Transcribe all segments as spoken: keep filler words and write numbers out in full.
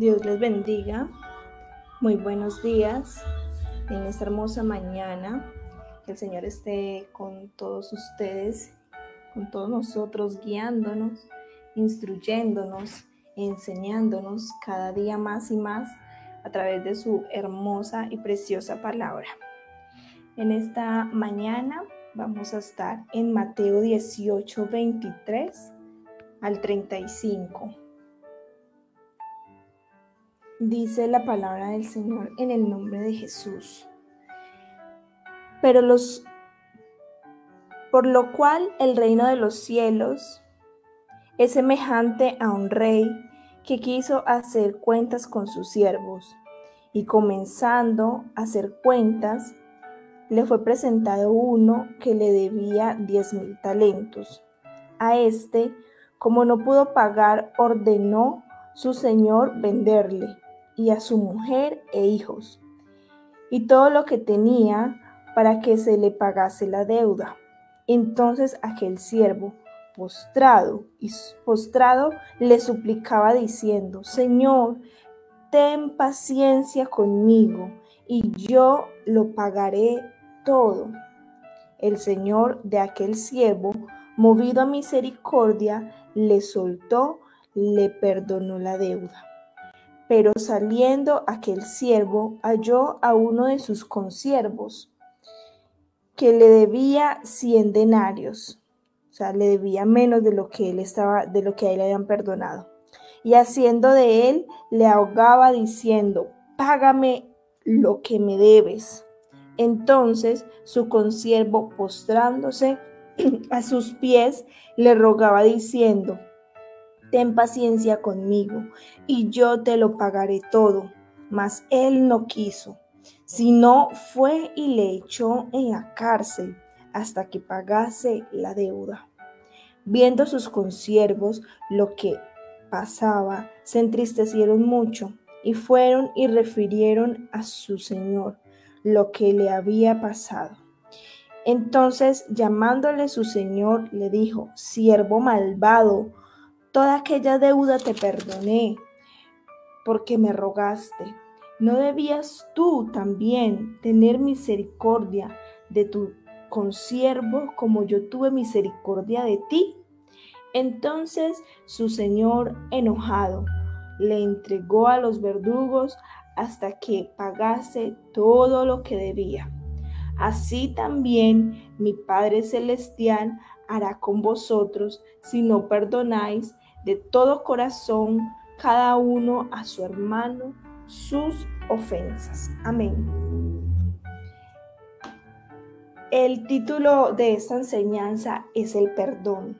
Dios les bendiga. Muy buenos días en esta hermosa mañana. Que el Señor esté con todos ustedes, con todos nosotros, guiándonos, instruyéndonos, enseñándonos cada día más y más a través de su hermosa y preciosa palabra. En esta mañana vamos a estar en Mateo dieciocho, veintitrés al treinta y cinco. Dice la palabra del Señor en el nombre de Jesús. Pero los, por lo cual el reino de los cielos es semejante a un rey que quiso hacer cuentas con sus siervos, y comenzando a hacer cuentas, le fue presentado uno que le debía diez mil talentos. A este, como no pudo pagar, ordenó su señor venderle, y a su mujer e hijos, y todo lo que tenía, para que se le pagase la deuda. Entonces aquel siervo, postrado y postrado, le suplicaba diciendo: Señor, ten paciencia conmigo, y yo lo pagaré todo. El señor de aquel siervo, movido a misericordia, le soltó, le perdonó la deuda. Pero saliendo aquel siervo, halló a uno de sus consiervos que le debía cien denarios, o sea, le debía menos de lo que él estaba, de lo que a él le habían perdonado. Y haciendo de él, le ahogaba diciendo: Págame lo que me debes. Entonces su consiervo, postrándose a sus pies, le rogaba diciendo: Ten paciencia conmigo, y yo te lo pagaré todo. Mas él no quiso, sino fue y le echó en la cárcel hasta que pagase la deuda. Viendo sus consiervos lo que pasaba, se entristecieron mucho, y fueron y refirieron a su señor lo que le había pasado. Entonces, llamándole su señor, le dijo: Siervo malvado, toda aquella deuda te perdoné, porque me rogaste. ¿No debías tú también tener misericordia de tu consiervo, como yo tuve misericordia de ti? Entonces su señor, enojado, le entregó a los verdugos hasta que pagase todo lo que debía. Así también mi Padre Celestial hará con vosotros si no perdonáis de todo corazón cada uno a su hermano sus ofensas. Amén. El título de esta enseñanza es el perdón.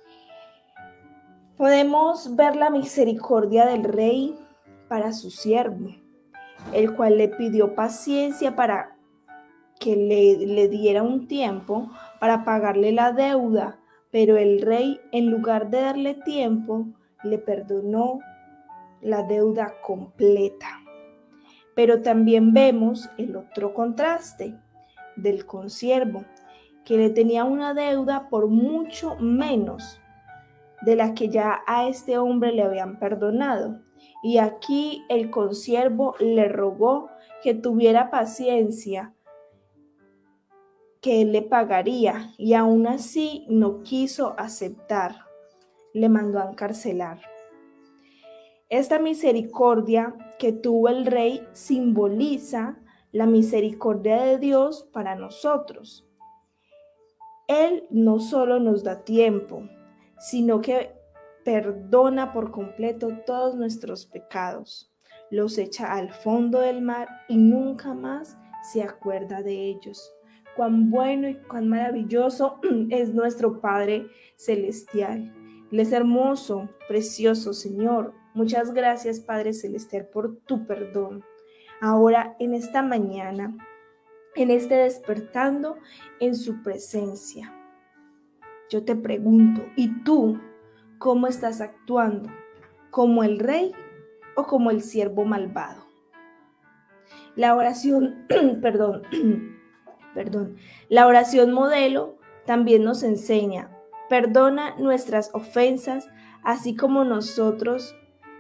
Podemos ver la misericordia del rey para su siervo, el cual le pidió paciencia para que le, le diera un tiempo para pagarle la deuda, pero el rey, en lugar de darle tiempo, le perdonó la deuda completa. Pero también vemos el otro contraste del consiervo, que le tenía una deuda por mucho menos de la que ya a este hombre le habían perdonado. Y aquí el consiervo le rogó que tuviera paciencia, que él le pagaría, y aún así no quiso aceptar. Le mandó a encarcelar. Esta misericordia que tuvo el rey simboliza la misericordia de Dios para nosotros. Él no solo nos da tiempo, sino que perdona por completo todos nuestros pecados, los echa al fondo del mar y nunca más se acuerda de ellos. Cuán bueno y cuán maravilloso es nuestro Padre Celestial. Él es hermoso, precioso, Señor. Muchas gracias, Padre Celestial, por tu perdón. Ahora, en esta mañana, en este despertando en su presencia, yo te pregunto, ¿y tú cómo estás actuando? ¿Como el rey o como el siervo malvado? La oración, perdón, perdón, la oración modelo también nos enseña: perdona nuestras ofensas, así como nosotros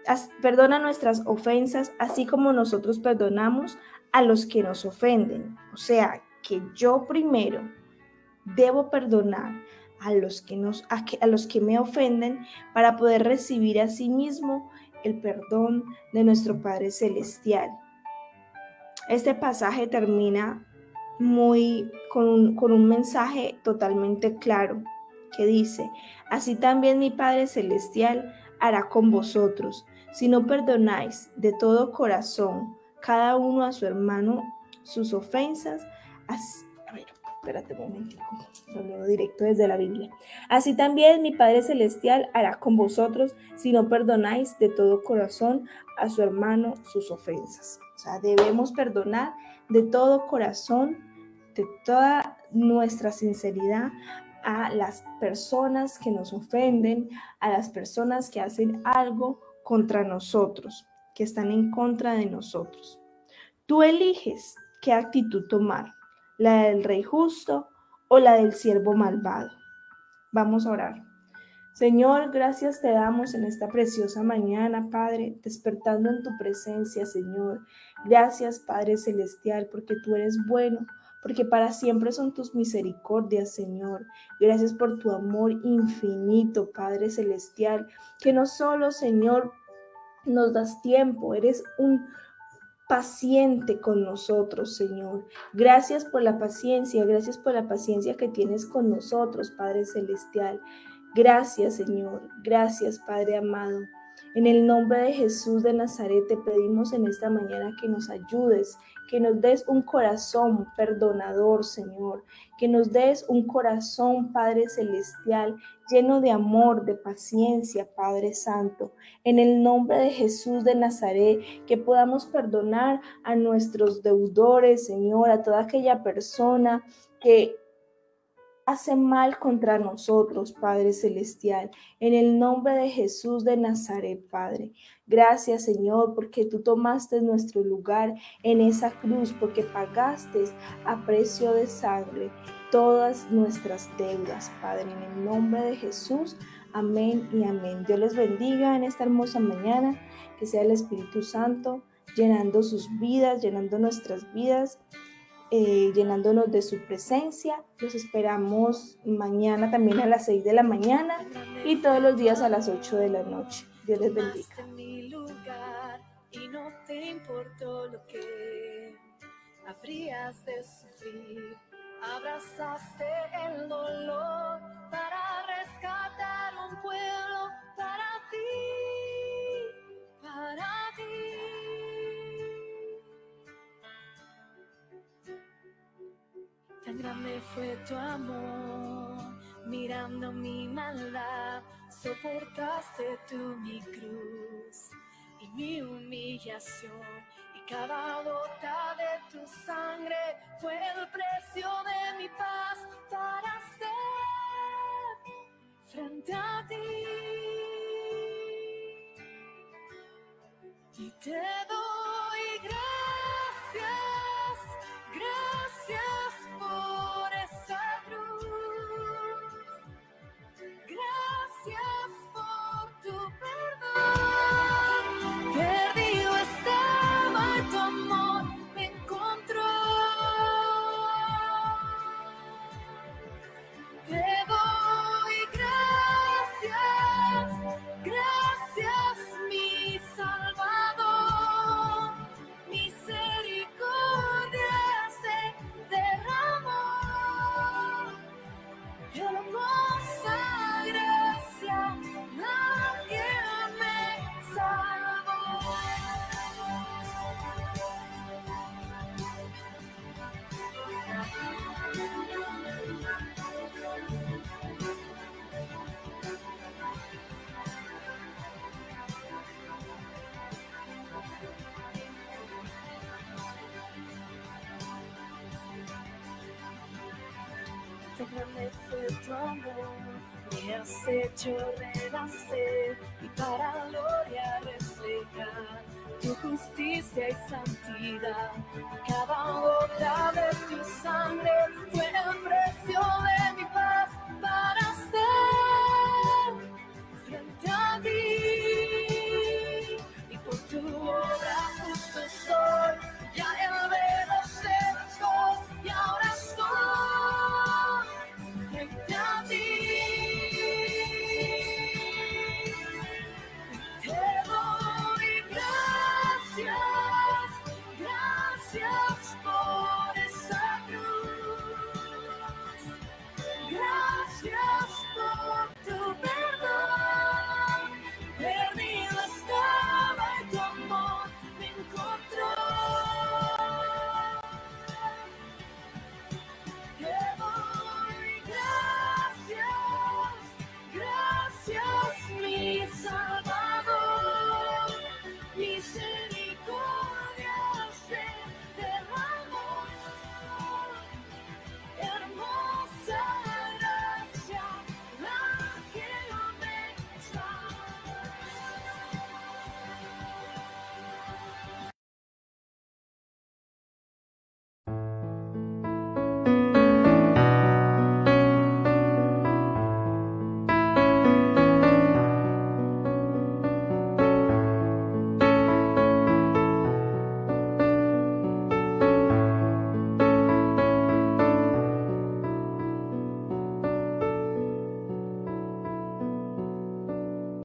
Perdona nuestras ofensas, así como nosotros perdonamos a los que nos ofenden. O sea, que yo primero debo perdonar a los que, nos, a, que, a los que me ofenden para poder recibir a sí mismo el perdón de nuestro Padre Celestial. Este pasaje termina muy con un, con un mensaje totalmente claro que dice: así también mi Padre Celestial hará con vosotros, si no perdonáis de todo corazón cada uno a su hermano sus ofensas. Así, a ver, espérate un momentico, lo leo directo desde la Biblia. Así también mi Padre Celestial hará con vosotros, si no perdonáis de todo corazón a su hermano sus ofensas. O sea, debemos perdonar de todo corazón, de toda nuestra sinceridad, a las personas que nos ofenden, a las personas que hacen algo contra nosotros, que están en contra de nosotros. Tú eliges qué actitud tomar, la del rey justo o la del siervo malvado. Vamos a orar. Señor, gracias te damos en esta preciosa mañana, Padre, despertando en tu presencia, Señor. Gracias, Padre Celestial, porque tú eres bueno, porque para siempre son tus misericordias, Señor. Gracias por tu amor infinito, Padre Celestial, que no solo, Señor, nos das tiempo, eres un paciente con nosotros, Señor. Gracias por la paciencia, gracias por la paciencia que tienes con nosotros, Padre Celestial. Gracias, Señor. Gracias, Padre amado. En el nombre de Jesús de Nazaret te pedimos en esta mañana que nos ayudes, que nos des un corazón perdonador, Señor, que nos des un corazón, Padre Celestial, lleno de amor, de paciencia, Padre Santo. En el nombre de Jesús de Nazaret, que podamos perdonar a nuestros deudores, Señor, a toda aquella persona que hace mal contra nosotros, Padre Celestial, en el nombre de Jesús de Nazaret, Padre. Gracias, Señor, porque tú tomaste nuestro lugar en esa cruz, porque pagaste a precio de sangre todas nuestras deudas, Padre, en el nombre de Jesús. Amén y amén. Dios les bendiga en esta hermosa mañana, que sea el Espíritu Santo llenando sus vidas, llenando nuestras vidas, Eh, llenándonos de su presencia. Los esperamos mañana también a las seis de la mañana y todos los días a las ocho de la noche. Dios les bendiga. Y no te importó lo que habrías de sufrir. Abrazaste el dolor para rescatar un pueblo para ti, para ti. Tan grande fue tu amor, mirando mi maldad, soportaste tú mi cruz y mi humillación, y cada gota de tu sangre fue el precio de mi paz para estar frente a ti. Y te doy gracias, gracias por esa cruz, gracias por tu perdón. Perdido estaba y tu amor me encontró. Te doy gracias, gracias mi Salvador, misericordia se derramó, hermosa gracia la que me salvó. Tan grande fue tu amor, me has hecho renacer y para gloria reflejar tu justicia y santidad. Cada gota de tu sangre fue el precio